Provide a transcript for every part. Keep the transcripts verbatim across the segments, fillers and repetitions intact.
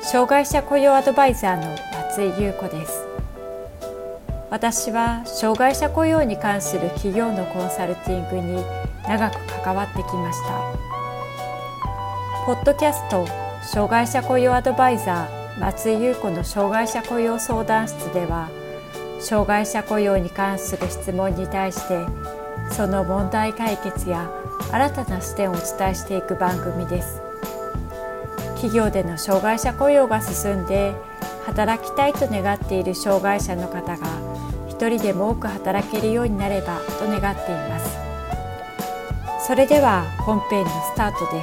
障害者雇用アドバイザーの松井優子です。私は障害者雇用に関する企業のコンサルティングに長く関わってきました。ポッドキャスト障害者雇用アドバイザー松井優子の障害者雇用相談室では、障害者雇用に関する質問に対してその問題解決や新たな視点をお伝えしていく番組です。企業での障害者雇用が進んで働きたいと願っている障害者の方が一人でも多く働けるようになればと願っています。それでは本編のスタートです。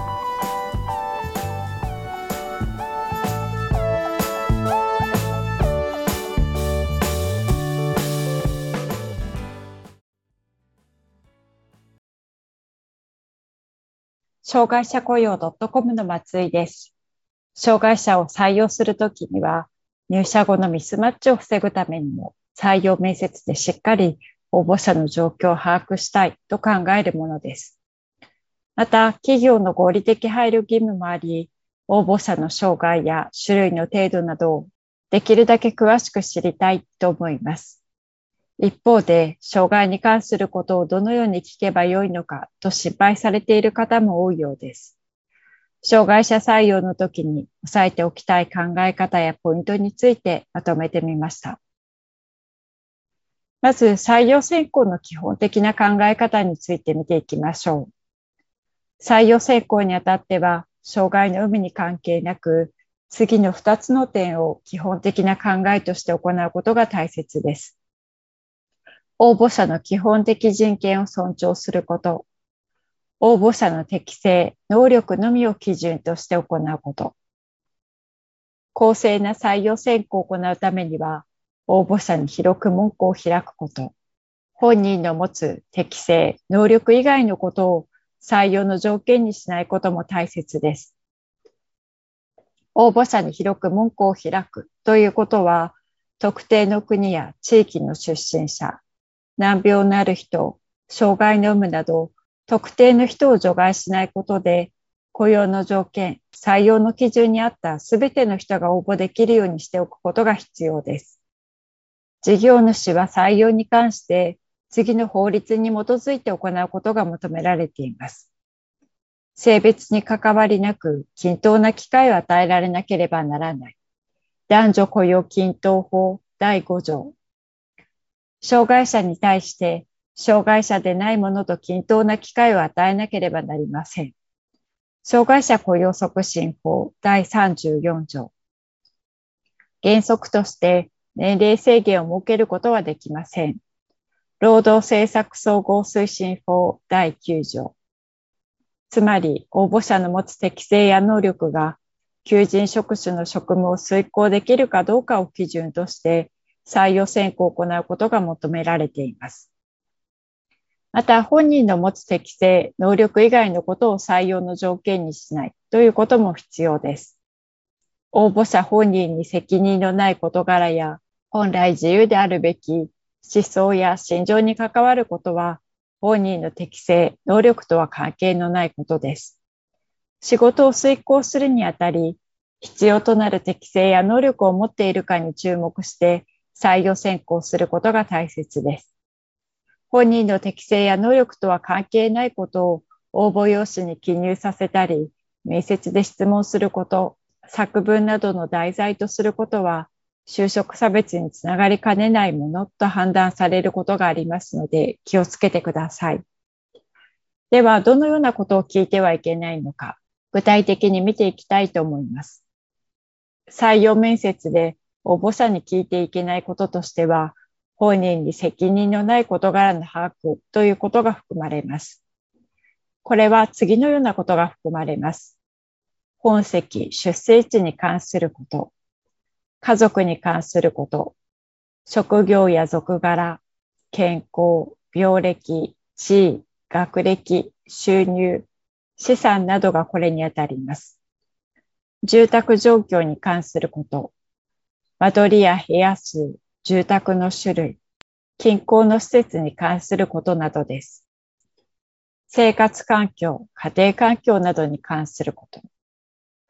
障害者雇用 .com の松井です。障害者を採用するときには、入社後のミスマッチを防ぐためにも、採用面接でしっかり応募者の状況を把握したいと考えるものです。また、企業の合理的配慮義務もあり、応募者の障害や種類の程度などをできるだけ詳しく知りたいと思います。一方で、障害に関することをどのように聞けばよいのかと心配されている方も多いようです。障害者採用の時に押さえておきたい考え方やポイントについてまとめてみました。まず、採用選考の基本的な考え方について見ていきましょう。採用選考にあたっては、障害の有無に関係なく、次のふたつの点を基本的な考えとして行うことが大切です。応募者の基本的人権を尊重すること、応募者の適性、能力のみを基準として行うこと、公正な採用選考を行うためには、応募者に広く門戸を開くこと、本人の持つ適性、能力以外のことを採用の条件にしないことも大切です。応募者に広く門戸を開くということは、特定の国や地域の出身者、難病のある人、障害の有無など、特定の人を除外しないことで、雇用の条件、採用の基準に合ったすべての人が応募できるようにしておくことが必要です。事業主は採用に関して、次の法律に基づいて行うことが求められています。性別に関わりなく、均等な機会を与えられなければならない。男女雇用均等法だいご条。障害者に対して、障害者でない者と均等な機会を与えなければなりません。障害者雇用促進法だいさんじゅうよん条。原則として年齢制限を設けることはできません。労働政策総合推進法だいきゅう条。つまり、応募者の持つ適性や能力が求人職種の職務を遂行できるかどうかを基準として採用選考を行うことが求められています。また、本人の持つ適性、能力以外のことを採用の条件にしないということも必要です。応募者本人に責任のない事柄や、本来自由であるべき思想や心情に関わることは、本人の適性、能力とは関係のないことです。仕事を遂行するにあたり、必要となる適性や能力を持っているかに注目して採用選考することが大切です。本人の適性や能力とは関係ないことを応募用紙に記入させたり、面接で質問すること、作文などの題材とすることは、就職差別につながりかねないものと判断されることがありますので、気をつけてください。では、どのようなことを聞いてはいけないのか、具体的に見ていきたいと思います。採用面接で応募者に聞いていけないこととしては、本人に責任のない事柄の把握ということが含まれます。これは次のようなことが含まれます。本籍、出生地に関すること、家族に関すること、職業や属柄、健康、病歴、地位、学歴、収入、資産などがこれにあたります。住宅状況に関すること、間取りや部屋数、住宅の種類、近郊の施設に関することなどです。生活環境、家庭環境などに関すること。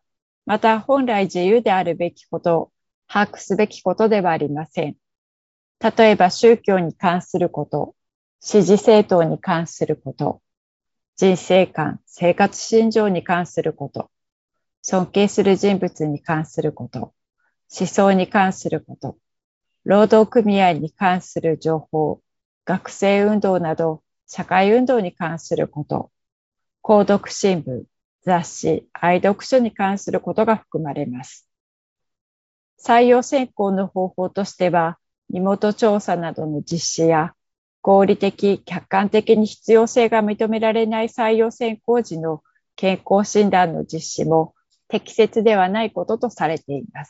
また本来自由であるべきことを把握すべきことではありません。例えば宗教に関すること、支持政党に関すること、人生観、生活信条に関すること、尊敬する人物に関すること、思想に関すること、労働組合に関する情報、学生運動など社会運動に関すること、購読新聞、雑誌、愛読書に関することが含まれます。採用選考の方法としては、身元調査などの実施や、合理的、客観的に必要性が認められない採用選考時の健康診断の実施も適切ではないこととされています。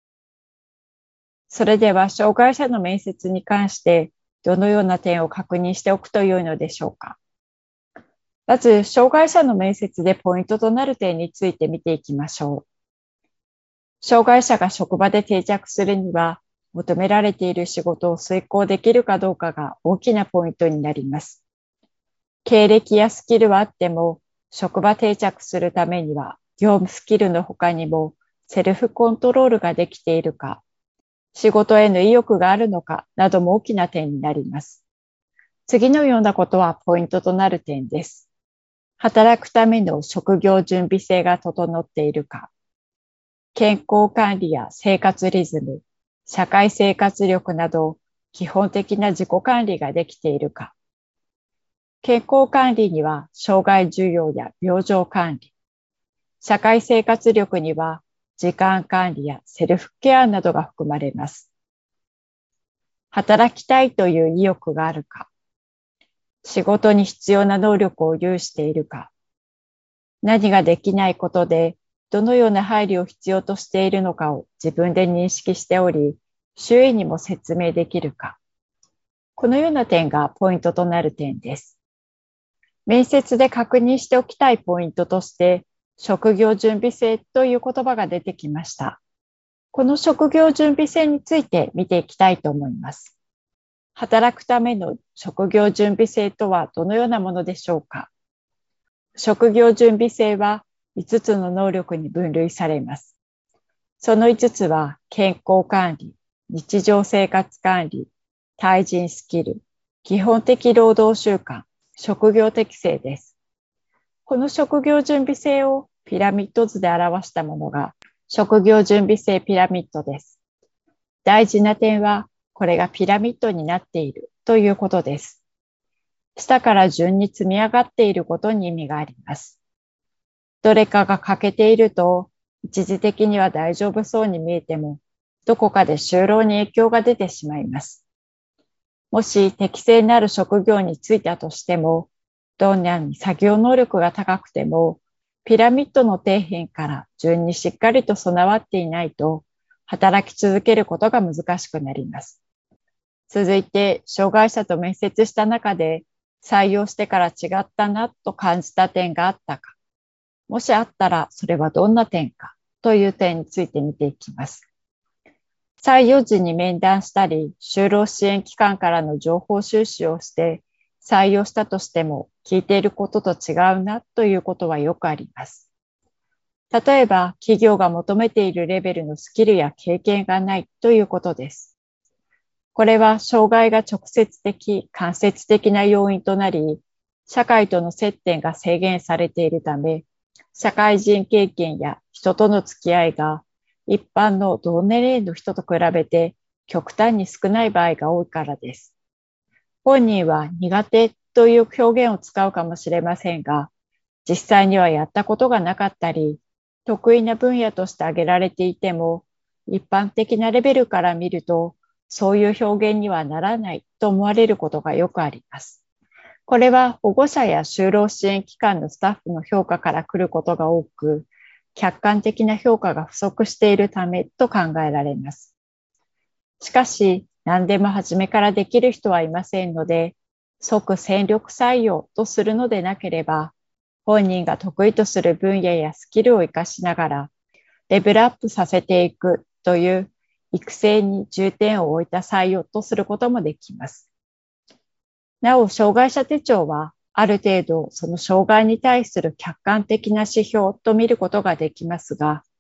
それでは、障害者の面接に関して、どのような点を確認しておくと良いのでしょうか。まず、障害者の面接でポイントとなる点について見ていきましょう。障害者が職場で定着するには、求められている仕事を遂行できるかどうかが大きなポイントになります。経歴やスキルはあっても、職場定着するためには、業務スキルの他にも、セルフコントロールができているか、仕事への意欲があるのかなども大きな点になります。次のようなことはポイントとなる点です。働くための職業準備性が整っているか、健康管理や生活リズム、社会生活力など基本的な自己管理ができているか、健康管理には障害需要や病状管理、社会生活力には時間管理やセルフケアなどが含まれます。働きたいという意欲があるか、仕事に必要な能力を有しているか、何ができないことでどのような配慮を必要としているのかを自分で認識しており、周囲にも説明できるか。このような点がポイントとなる点です。面接で確認しておきたいポイントとして、職業準備性という言葉が出てきました。この職業準備性について見ていきたいと思います。働くための職業準備性とはどのようなものでしょうか。職業準備性はいつつの能力に分類されます。そのいつつは健康管理、日常生活管理、対人スキル、基本的労働習慣、職業適性です。この職業準備性をピラミッド図で表したものが職業準備性ピラミッドです。大事な点はこれがピラミッドになっているということです。下から順に積み上がっていることに意味があります。どれかが欠けていると一時的には大丈夫そうに見えてもどこかで就労に影響が出てしまいます。もし適正なる職業に就いたとしてもどんなに作業能力が高くてもピラミッドの底辺から順にしっかりと備わっていないと働き続けることが難しくなります。続いて障害者と面接した中で採用してから違ったなと感じた点があったか、もしあったらそれはどんな点かという点について見ていきます。採用時に面談したり、就労支援機関からの情報収集をして採用したとしても聞いていることと違うなということはよくあります。例えば、企業が求めているレベルのスキルや経験がないということです。これは障害が直接的、間接的な要因となり、社会との接点が制限されているため、社会人経験や人との付き合いが一般の同年齢の人と比べて極端に少ない場合が多いからです。本人は苦手という表現を使うかもしれませんが、実際にはやったことがなかったり、得意な分野として挙げられていても、一般的なレベルから見ると、そういう表現にはならないと思われることがよくあります。これは保護者や就労支援機関のスタッフの評価から来ることが多く、客観的な評価が不足しているためと考えられます。しかし、何でも初めからできる人はいませんので、即戦力採用とするのでなければ、本人が得意とする分野やスキルを生かしながら、レベルアップさせていくという育成に重点を置いた採用とすることもできます。なお、障害者手帳は、ある程度その障害に対する客観的な指標と見ることができますが、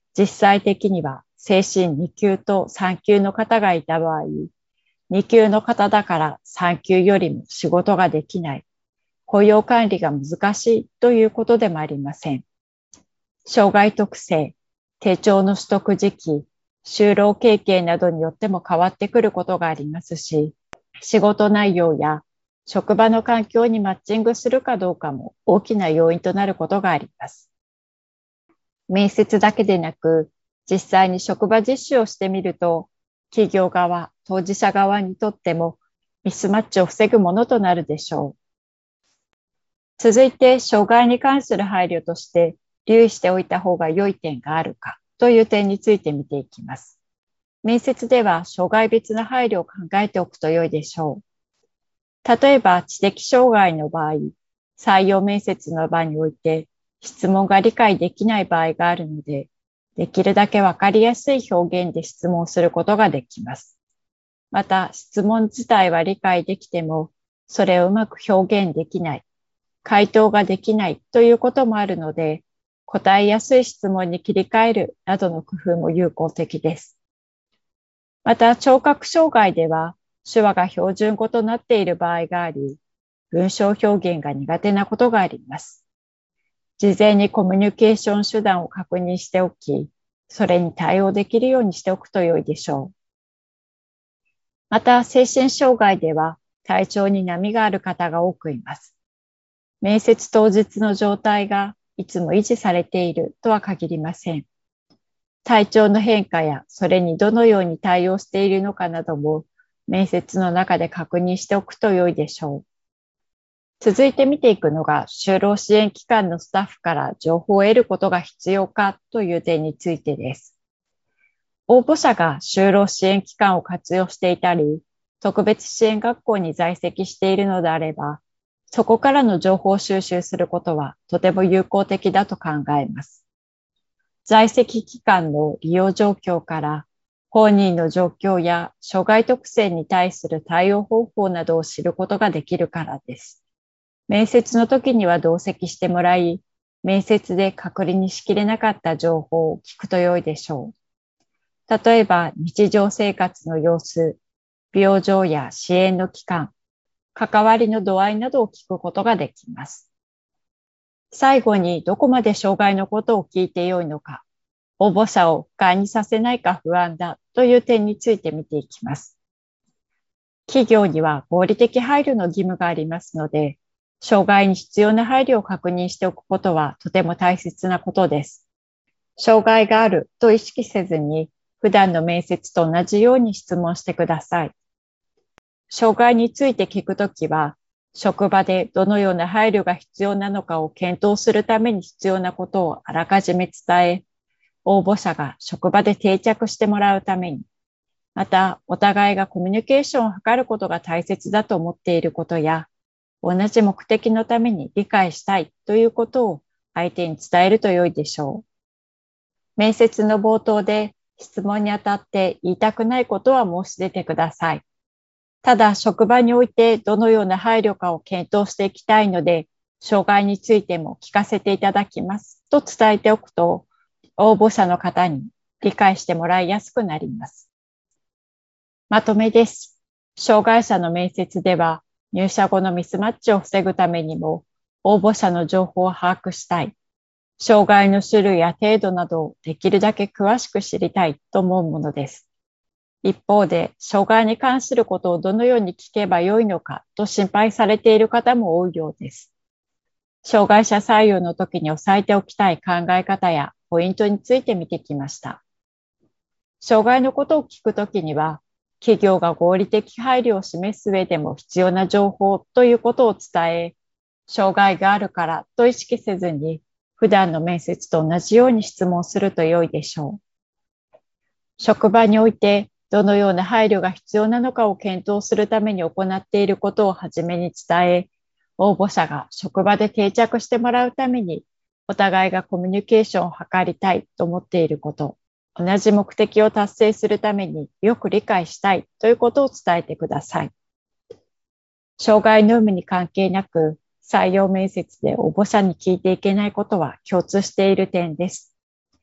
実際的には精神に級とさん級の方がいた場合、に級の方だからさん級よりも仕事ができない、雇用管理が難しいということでもありません。障害特性、手帳の取得時期、就労経験などによっても変わってくることがありますし、仕事内容や職場の環境にマッチングするかどうかも大きな要因となることがあります。面接だけでなく、実際に職場実習をしてみると、企業側、当事者側にとってもミスマッチを防ぐものとなるでしょう。続いて、障害に関する配慮として留意しておいた方が良い点があるかという点について見ていきます。面接では障害別の配慮を考えておくと良いでしょう。例えば、知的障害の場合、採用面接の場において質問が理解できない場合があるので、できるだけわかりやすい表現で質問することができます。また、質問自体は理解できても、それをうまく表現できない、回答ができないということもあるので、答えやすい質問に切り替えるなどの工夫も有効的です。また、聴覚障害では、手話が標準語となっている場合があり、文章表現が苦手なことがあります。事前にコミュニケーション手段を確認しておき、それに対応できるようにしておくと良いでしょう。また、精神障害では体調に波がある方が多くいます。面接当日の状態がいつも維持されているとは限りません。体調の変化やそれにどのように対応しているのかなども面接の中で確認しておくと良いでしょう。続いて見ていくのが、就労支援機関のスタッフから情報を得ることが必要かという点についてです。応募者が就労支援機関を活用していたり、特別支援学校に在籍しているのであれば、そこからの情報収集することはとても有効的だと考えます。在籍機関の利用状況から、本人の状況や障害特性に対する対応方法などを知ることができるからです。面接の時には同席してもらい、面接で確認しきれなかった情報を聞くと良いでしょう。例えば、日常生活の様子、病状や支援の期間、関わりの度合いなどを聞くことができます。最後に、どこまで障害のことを聞いて良いのか、応募者を不快にさせないか不安だという点について見ていきます。企業には合理的配慮の義務がありますので、障害に必要な配慮を確認しておくことはとても大切なことです。障害があると意識せずに、普段の面接と同じように質問してください。障害について聞くときは、職場でどのような配慮が必要なのかを検討するために必要なことをあらかじめ伝え、応募者が職場で定着してもらうために、またお互いがコミュニケーションを図ることが大切だと思っていることや、同じ目的のために理解したいということを相手に伝えると良いでしょう。面接の冒頭で質問にあたって言いたくないことは申し出てください。ただ、職場においてどのような配慮かを検討していきたいので、障害についても聞かせていただきますと伝えておくと、応募者の方に理解してもらいやすくなります。まとめです。障害者の面接では、入社後のミスマッチを防ぐためにも、応募者の情報を把握したい。障害の種類や程度などをできるだけ詳しく知りたいと思うものです。一方で、障害に関することをどのように聞けばよいのかと心配されている方も多いようです。障害者採用の時に押さえておきたい考え方やポイントについて見てきました。障害のことを聞くときには、企業が合理的配慮を示す上でも必要な情報ということを伝え、障害があるからと意識せずに、普段の面接と同じように質問すると良いでしょう。職場においてどのような配慮が必要なのかを検討するために行っていることをはじめに伝え、応募者が職場で定着してもらうために、お互いがコミュニケーションを図りたいと思っていること、同じ目的を達成するためによく理解したいということを伝えてください。障害の有無に関係なく、採用面接で応募者に聞いていけないことは共通している点です。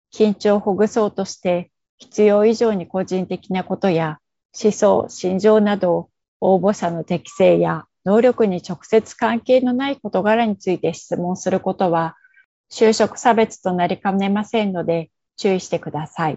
緊張をほぐそうとして必要以上に個人的なことや思想、心情など応募者の適性や能力に直接関係のない事柄について質問することは就職差別となりかねませんので注意してください。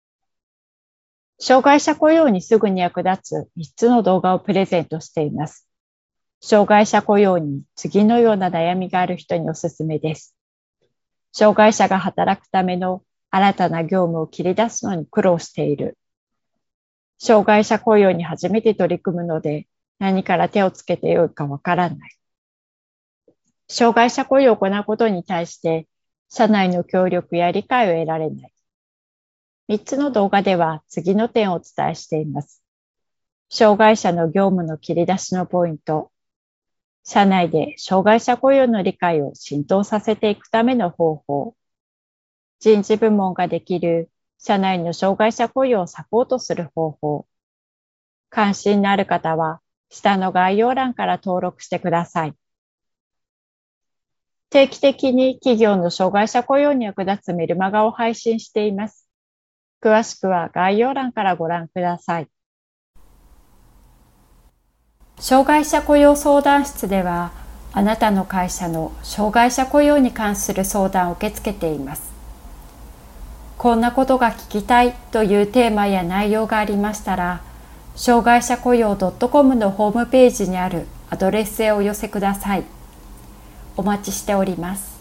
障害者雇用にすぐに役立つみっつの動画をプレゼントしています。障害者雇用に次のような悩みがある人におすすめです。障害者が働くための新たな業務を切り出すのに苦労している。障害者雇用に初めて取り組むので何から手をつけてよいかわからない。障害者雇用を行うことに対して社内の協力や理解を得られない。みっつの動画では次の点をお伝えしています。障害者の業務の切り出しのポイント。社内で障害者雇用の理解を浸透させていくための方法。人事部門ができる社内の障害者雇用をサポートする方法。関心のある方は下の概要欄から登録してください。定期的に企業の障害者雇用に役立つメルマガを配信しています。詳しくは概要欄からご覧ください。障害者雇用相談室では、あなたの会社の障害者雇用に関する相談を受け付けています。こんなことが聞きたいというテーマや内容がありましたら、障害者雇用 .com のホームページにあるアドレスへお寄せください。お待ちしております。